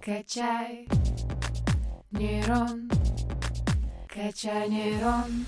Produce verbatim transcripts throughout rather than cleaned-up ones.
Качай нейрон, качай нейрон.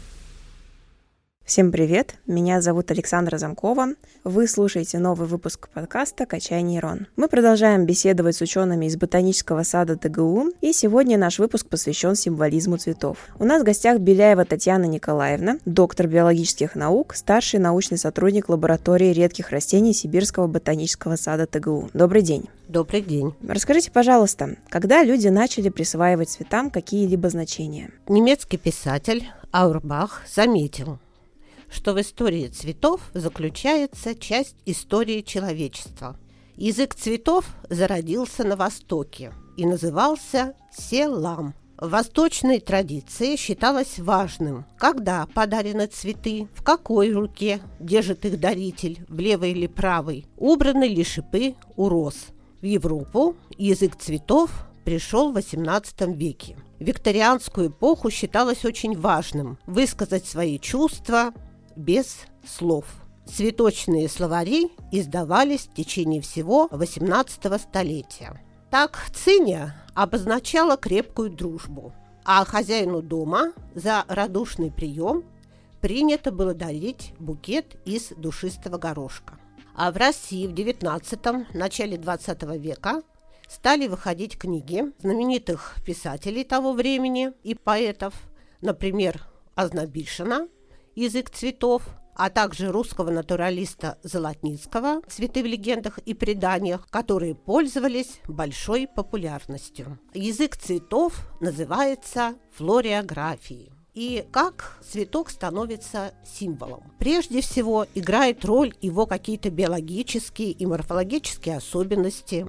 Всем привет, меня зовут Александра Замкова. Вы слушаете новый выпуск подкаста «Качай нейрон». Мы продолжаем беседовать с учеными из ботанического сада ТГУ, и сегодня наш выпуск посвящен символизму цветов. У нас в гостях Беляева Татьяна Николаевна, доктор биологических наук, старший научный сотрудник лаборатории редких растений Сибирского ботанического сада ТГУ. Добрый день. Добрый день. Расскажите, пожалуйста, когда люди начали присваивать цветам какие-либо значения? Немецкий писатель Аурбах заметил, что в истории цветов заключается часть истории человечества. Язык цветов зародился на Востоке и назывался селам. В восточной традиции считалось важным, когда подарены цветы, в какой руке держит их даритель, в левой или правой, убраны ли шипы у роз. В Европу язык цветов пришел в восемнадцатом веке. В викторианскую эпоху считалось очень важным высказать свои чувства без слов. Цветочные словари издавались в течение всего восемнадцатого столетия. Так циния обозначала крепкую дружбу, а хозяину дома за радушный прием принято было дарить букет из душистого горошка. А в России в девятнадцатом, начале двадцатого века стали выходить книги знаменитых писателей того времени и поэтов, например, Ознобишина «Язык цветов», а также русского натуралиста Золотницкого «Цветы в легендах и преданиях», которые пользовались большой популярностью. Язык цветов называется флориографией. И как цветок становится символом? Прежде всего играет роль его какие-то биологические и морфологические особенности,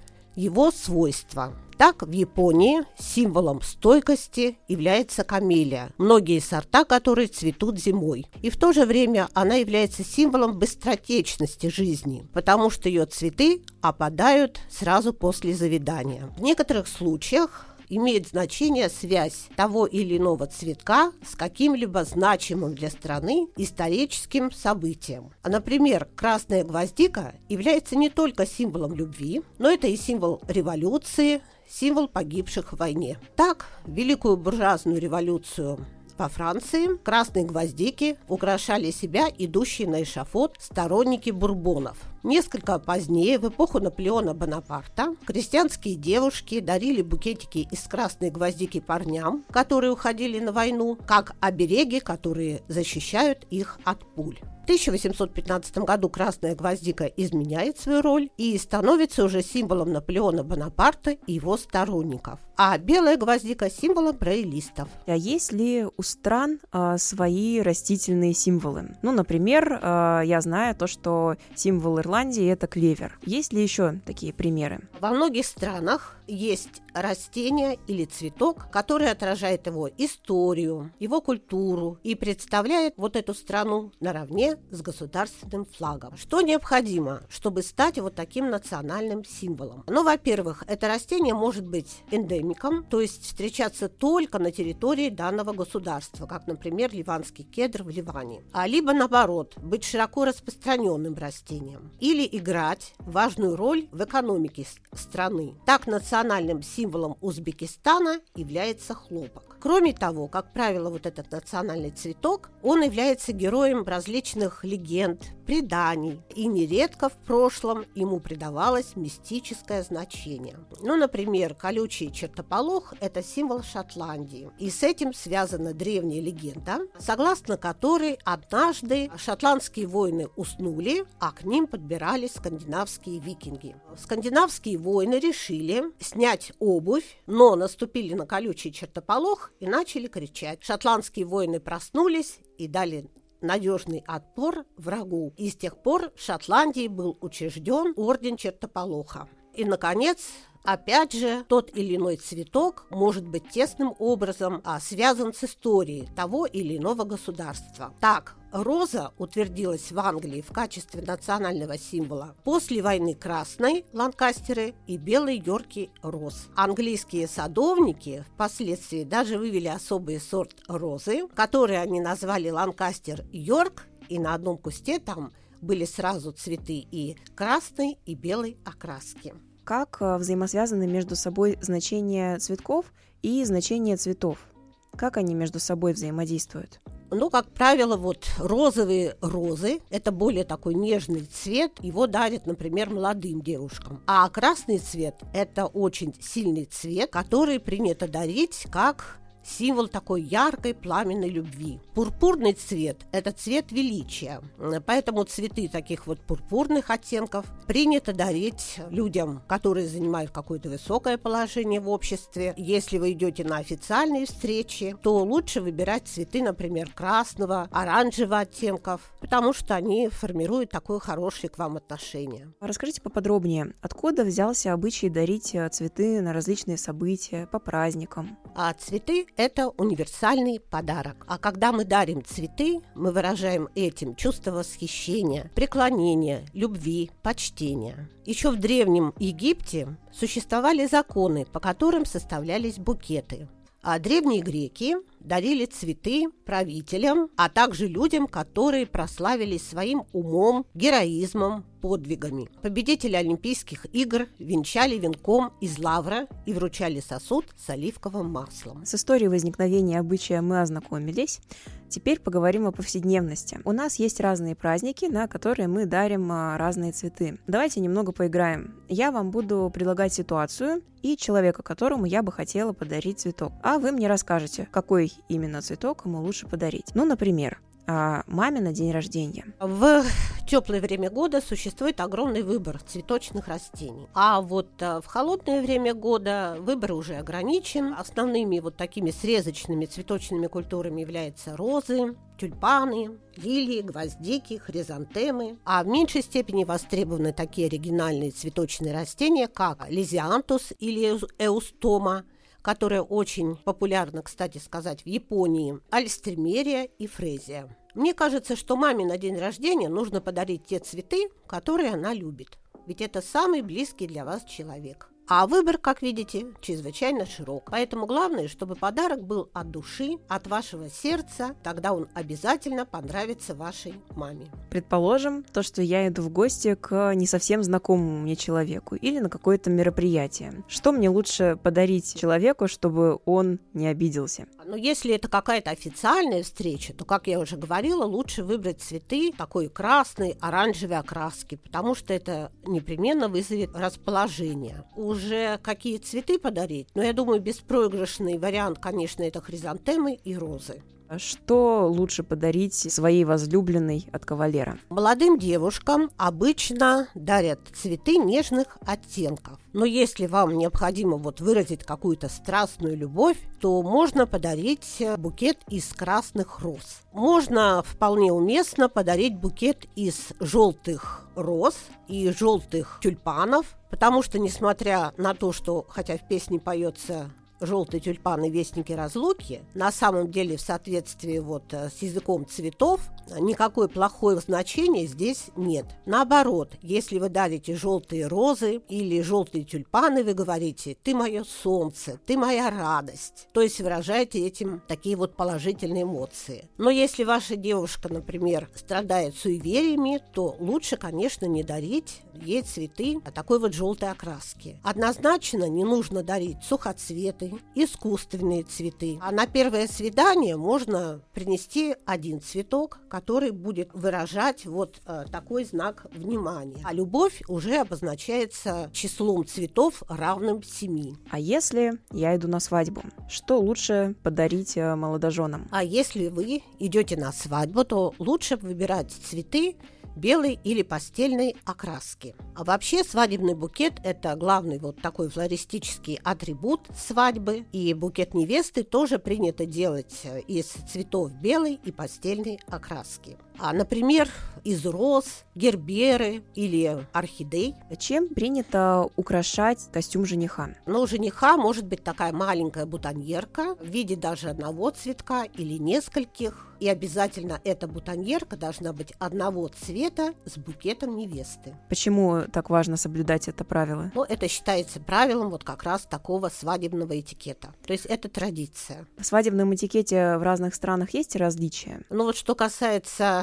его свойства. Так, в Японии символом стойкости является камелия, многие сорта которой цветут зимой. И в то же время она является символом быстротечности жизни, потому что ее цветы опадают сразу после завядания. В некоторых случаях имеет значение связь того или иного цветка с каким-либо значимым для страны историческим событием. А, например, красная гвоздика является не только символом любви, но это и символ революции, символ погибших в войне. Так, Великую буржуазную революцию во Франции красные гвоздики украшали себя идущие на эшафот сторонники бурбонов. Несколько позднее, в эпоху Наполеона Бонапарта, крестьянские девушки дарили букетики из красной гвоздики парням, которые уходили на войну, как обереги, которые защищают их от пуль. В тысяча восемьсот пятнадцатом году красная гвоздика изменяет свою роль и становится уже символом Наполеона Бонапарта и его сторонников, а белая гвоздика – символом роялистов. А есть ли у стран э, свои растительные символы? Ну, например, э, я знаю то, что символ Ирландии – это клевер. Есть ли еще такие примеры? Во многих странах есть растение или цветок, который отражает его историю, его культуру и представляет вот эту страну наравне с государственным флагом. Что необходимо, чтобы стать вот таким национальным символом? Ну, во-первых, это растение может быть эндемиком, то есть встречаться только на территории данного государства, как, например, ливанский кедр в Ливане. А либо, наоборот, быть широко распространенным растением. Или играть важную роль в экономике страны. Так, национальным символом Узбекистана является хлопок. Кроме того, как правило, вот этот национальный цветок, он является героем различных легенд, преданий, и нередко в прошлом ему придавалось мистическое значение. Ну, например, колючий чертополох – это символ Шотландии, и с этим связана древняя легенда, согласно которой однажды шотландские воины уснули, а к ним подбирались скандинавские викинги. Скандинавские воины решили снять обувь, но наступили на колючий чертополох и начали кричать. Шотландские воины проснулись и дали надежный отпор врагу. И с тех пор в Шотландии был учрежден орден чертополоха. И, наконец, опять же, тот или иной цветок может быть тесным образом а, связан с историей того или иного государства. Так, роза утвердилась в Англии в качестве национального символа после войны красной ланкастеры и белой йорки роз. Английские садовники впоследствии даже вывели особый сорт розы, который они назвали ланкастер йорк, и на одном кусте там были сразу цветы и красной, и белой окраски. Как взаимосвязаны между собой значения цветков и значения цветов? Как они между собой взаимодействуют? Ну, как правило, вот розовые розы – это более такой нежный цвет, его дарят, например, молодым девушкам. А красный цвет – это очень сильный цвет, который принято дарить как символ такой яркой пламенной любви. Пурпурный цвет – это цвет величия, поэтому цветы таких вот пурпурных оттенков принято дарить людям, которые занимают какое-то высокое положение в обществе. Если вы идете на официальные встречи, то лучше выбирать цветы, например, красного, оранжевого оттенков, потому что они формируют такое хорошее к вам отношение. Расскажите поподробнее, откуда взялся обычай дарить цветы на различные события, по праздникам? А цветы – это универсальный подарок. А когда мы дарим цветы, мы выражаем этим чувство восхищения, преклонения, любви, почтения. Еще в Древнем Египте существовали законы, по которым составлялись букеты. А древние греки дарили цветы правителям, а также людям, которые прославились своим умом, героизмом, подвигами. Победители Олимпийских игр венчали венком из лавра и вручали сосуд с оливковым маслом. С историей возникновения обычая мы ознакомились. Теперь поговорим о повседневности. У нас есть разные праздники, на которые мы дарим разные цветы. Давайте немного поиграем. Я вам буду предлагать ситуацию и человека, которому я бы хотела подарить цветок. А вы мне расскажете, какой именно цветок ему лучше подарить. Ну, например, маме на день рождения. В теплое время года существует огромный выбор цветочных растений. А вот в холодное время года выбор уже ограничен. Основными вот такими срезочными цветочными культурами являются розы, тюльпаны, лилии, гвоздики, хризантемы. А в меньшей степени востребованы такие оригинальные цветочные растения, как лизиантус или эустома, которая очень популярна, кстати сказать, в Японии, альстремерия и фрезия. Мне кажется, что маме на день рождения нужно подарить те цветы, которые она любит. Ведь это самый близкий для вас человек. А выбор, как видите, чрезвычайно широк. Поэтому главное, чтобы подарок был от души, от вашего сердца. Тогда он обязательно понравится вашей маме. Предположим, то, что я иду в гости к не совсем знакомому мне человеку или на какое-то мероприятие. Что мне лучше подарить человеку, чтобы он не обиделся? Но если это какая-то официальная встреча, то, как я уже говорила, лучше выбрать цветы такой красной, оранжевой окраски, потому что это непременно вызовет расположение. Уже какие цветы подарить? Но я думаю, беспроигрышный вариант, конечно, это хризантемы и розы. Что лучше подарить своей возлюбленной от кавалера? Молодым девушкам обычно дарят цветы нежных оттенков. Но если вам необходимо вот выразить какую-то страстную любовь, то можно подарить букет из красных роз. Можно вполне уместно подарить букет из желтых роз и желтых тюльпанов, потому что, несмотря на то, что, хотя в песне поется «желтые тюльпаны, вестники разлуки», на самом деле в соответствии вот с языком цветов никакое плохое значение здесь нет. Наоборот, если вы дарите желтые розы или желтые тюльпаны, вы говорите: «Ты мое солнце, ты моя радость». То есть выражаете этим такие вот положительные эмоции. Но если ваша девушка, например, страдает суевериями, то лучше, конечно, не дарить ей цветы такой вот желтой окраски. Однозначно не нужно дарить сухоцветы, искусственные цветы. А на первое свидание можно принести один цветок, который будет выражать вот э, такой знак внимания. А любовь уже обозначается числом цветов, равным семи. А если я иду на свадьбу, что лучше подарить э, молодоженам? А если вы идете на свадьбу, то лучше выбирать цветы белой или постельной окраски. А вообще свадебный букет – это главный вот такой флористический атрибут свадьбы. И букет невесты тоже принято делать из цветов белой и постельной окраски. А, например, из роз, герберы или орхидей. Чем принято украшать костюм жениха? Но у жениха может быть такая маленькая бутоньерка в виде даже одного цветка или нескольких. И обязательно эта бутоньерка должна быть одного цвета с букетом невесты. Почему так важно соблюдать это правило? Ну, это считается правилом вот как раз такого свадебного этикета. То есть это традиция. В свадебном этикете в разных странах есть различия? Ну вот что касается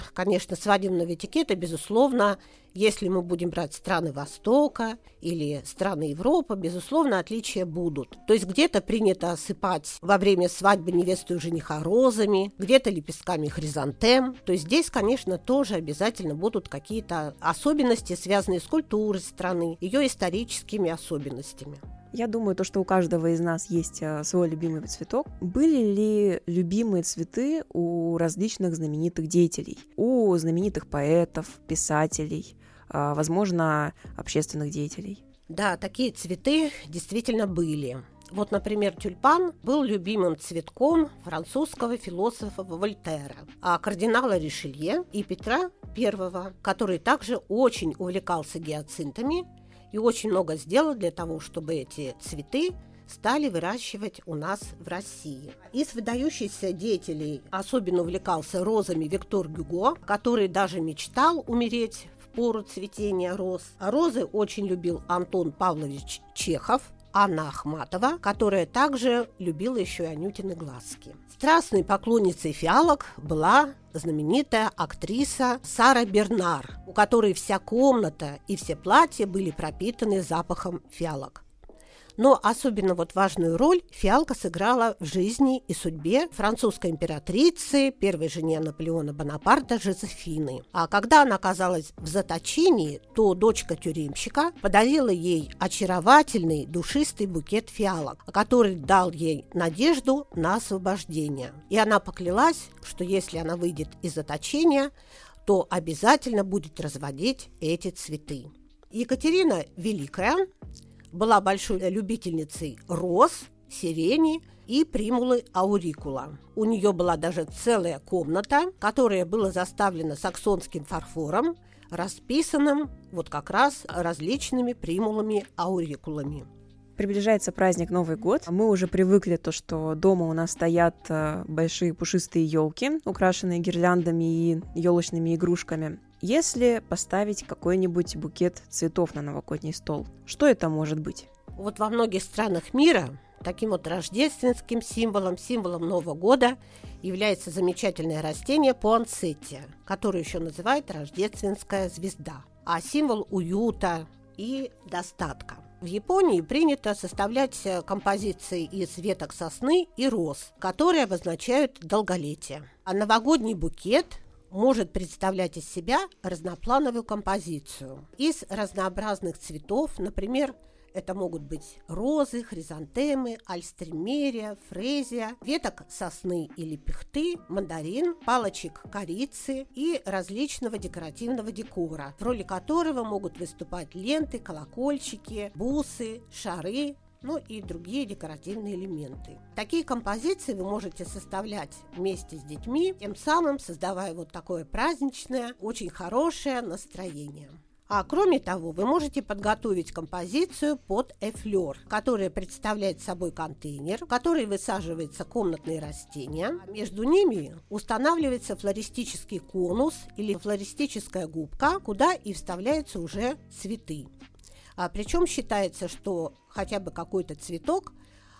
конечно, свадебного этикета, безусловно, если мы будем брать страны Востока или страны Европы, безусловно, отличия будут. То есть где-то принято осыпать во время свадьбы невесту и жениха розами, где-то лепестками хризантем. То есть здесь, конечно, тоже обязательно будут какие-то особенности, связанные с культурой страны, ее историческими особенностями. Я думаю, то, что у каждого из нас есть свой любимый цветок. Были ли любимые цветы у различных знаменитых деятелей? У знаменитых поэтов, писателей, возможно, общественных деятелей? Да, такие цветы действительно были. Вот, например, тюльпан был любимым цветком французского философа Вольтера, а кардинала Ришелье и Петра Первого, который также очень увлекался гиацинтами и очень много сделал для того, чтобы эти цветы стали выращивать у нас в России. Из выдающихся деятелей особенно увлекался розами Виктор Гюго, который даже мечтал умереть в пору цветения роз. А розы очень любил Антон Павлович Чехов, Анна Ахматова, которая также любила еще и Анютины глазки. Страстной поклонницей фиалок была знаменитая актриса Сара Бернар, у которой вся комната и все платья были пропитаны запахом фиалок. Но особенно вот важную роль фиалка сыграла в жизни и судьбе французской императрицы, первой жене Наполеона Бонапарта Жозефины. А когда она оказалась в заточении, то дочка тюремщика подарила ей очаровательный душистый букет фиалок, который дал ей надежду на освобождение. И она поклялась, что если она выйдет из заточения, то обязательно будет разводить эти цветы. Екатерина Великая была большой любительницей роз, сирени и примулы аурикула. У нее была даже целая комната, которая была заставлена саксонским фарфором, расписанным вот как раз различными примулами аурикулами. Приближается праздник Новый год. Мы уже привыкли то, что дома у нас стоят большие пушистые елки, украшенные гирляндами и елочными игрушками. Если поставить какой-нибудь букет цветов на новогодний стол, что это может быть? Вот во многих странах мира таким вот рождественским символом, символом Нового года является замечательное растение пуансеттия, которое еще называют рождественская звезда, а символ уюта и достатка. В Японии принято составлять композиции из веток сосны и роз, которые обозначают долголетие. А новогодний букет может представлять из себя разноплановую композицию из разнообразных цветов, например, это могут быть розы, хризантемы, альстремерия, фрезия, веток сосны или пихты, мандарин, палочек корицы и различного декоративного декора, в роли которого могут выступать ленты, колокольчики, бусы, шары, ну и другие декоративные элементы. Такие композиции вы можете составлять вместе с детьми, тем самым создавая вот такое праздничное, очень хорошее настроение. А кроме того, вы можете подготовить композицию под эфлер, которая представляет собой контейнер, в который высаживаются комнатные растения. Между ними устанавливается флористический конус или флористическая губка, куда и вставляются уже цветы. А причем считается, что хотя бы какой-то цветок,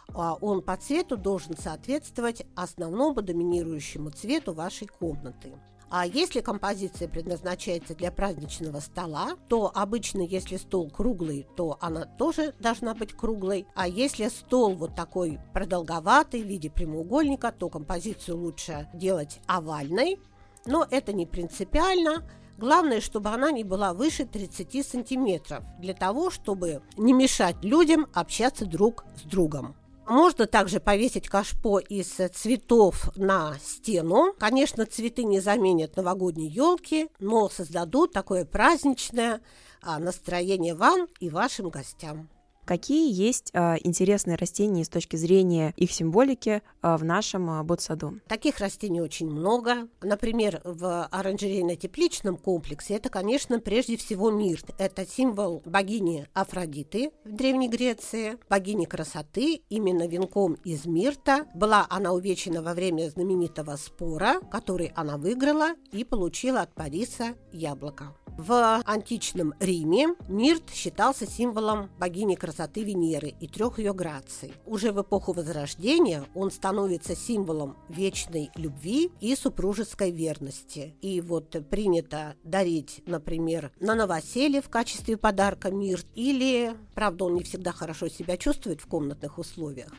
он по цвету должен соответствовать основному доминирующему цвету вашей комнаты. А если композиция предназначается для праздничного стола, то обычно, если стол круглый, то она тоже должна быть круглой. А если стол вот такой продолговатый в виде прямоугольника, то композицию лучше делать овальной. Но это не принципиально. Главное, чтобы она не была выше тридцати сантиметров, для того, чтобы не мешать людям общаться друг с другом. Можно также повесить кашпо из цветов на стену. Конечно, цветы не заменят новогодней елки, но создадут такое праздничное настроение вам и вашим гостям. Какие есть а, интересные растения с точки зрения их символики а, в нашем а, ботсаду? Таких растений очень много. Например, в оранжерейно-тепличном комплексе это, конечно, прежде всего мирт. Это символ богини Афродиты в Древней Греции, богини красоты. Именно венком из мирта была она увенчана во время знаменитого спора, который она выиграла и получила от Париса яблоко. В античном Риме мирт считался символом богини красоты красоты Венеры и трех ее граций. Уже в эпоху Возрождения он становится символом вечной любви и супружеской верности. И вот принято дарить, например, на новоселье в качестве подарка мирт, или, правда, он не всегда хорошо себя чувствует в комнатных условиях,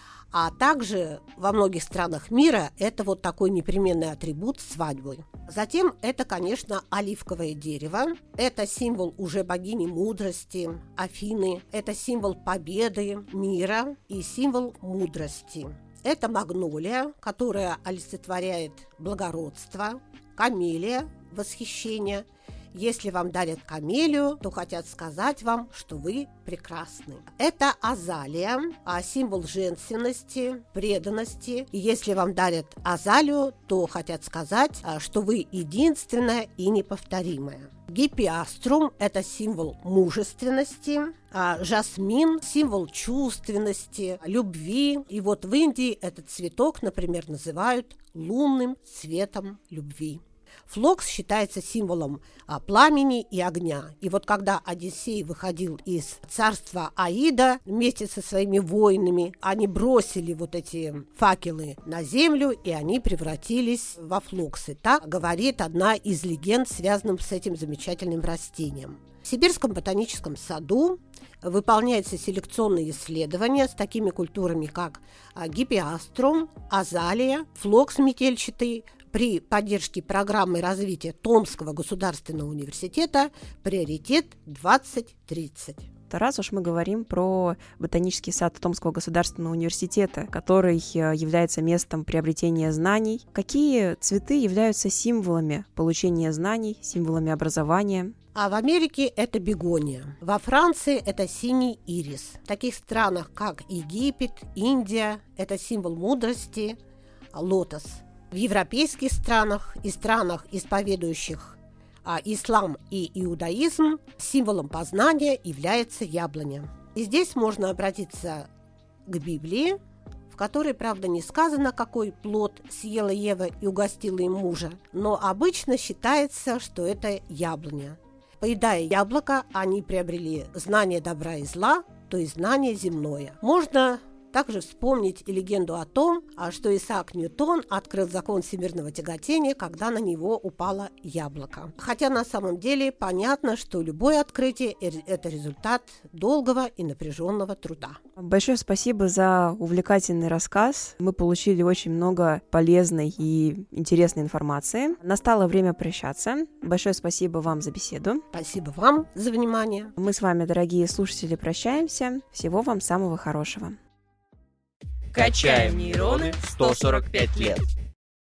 а также во многих странах мира это вот такой непременный атрибут свадьбы. Затем это, конечно, оливковое дерево. Это символ уже богини мудрости, Афины. Это символ победы, мира и символ мудрости. Это магнолия, которая олицетворяет благородство, камелия, восхищение. Если вам дарят камелию, то хотят сказать вам, что вы прекрасны. Это азалия, символ женственности, преданности. И если вам дарят азалию, то хотят сказать, что вы единственная и неповторимая. Гипиаструм – это символ мужественности, а жасмин – символ чувственности, любви. И вот в Индии этот цветок, например, называют лунным цветом любви. Флокс считается символом а, пламени и огня. И вот когда Одиссей выходил из царства Аида вместе со своими воинами, они бросили вот эти факелы на землю, и они превратились во флоксы. Так говорит одна из легенд, связанных с этим замечательным растением. В Сибирском ботаническом саду выполняются селекционные исследования с такими культурами, как гипиаструм, азалия, флокс метельчатый, при поддержке программы развития Томского государственного университета «Приоритет двадцать тридцать». Раз уж мы говорим про ботанический сад Томского государственного университета, который является местом приобретения знаний, какие цветы являются символами получения знаний, символами образования? А в Америке это бегония. Во Франции это синий ирис. В таких странах, как Египет, Индия, это символ мудрости, лотос. В европейских странах и странах, исповедующих а, ислам и иудаизм, символом познания является яблоня. И здесь можно обратиться к Библии, в которой, правда, не сказано, какой плод съела Ева и угостила им мужа, но обычно считается, что это яблоня. Поедая яблоко, они приобрели знание добра и зла, то есть знание земное. Можно также вспомнить и легенду о том, что Исаак Ньютон открыл закон всемирного тяготения, когда на него упало яблоко. Хотя на самом деле понятно, что любое открытие – это результат долгого и напряженного труда. Большое спасибо за увлекательный рассказ. Мы получили очень много полезной и интересной информации. Настало время прощаться. Большое спасибо вам за беседу. Спасибо вам за внимание. Мы с вами, дорогие слушатели, прощаемся. Всего вам самого хорошего. Качаем нейроны сто сорок пять лет.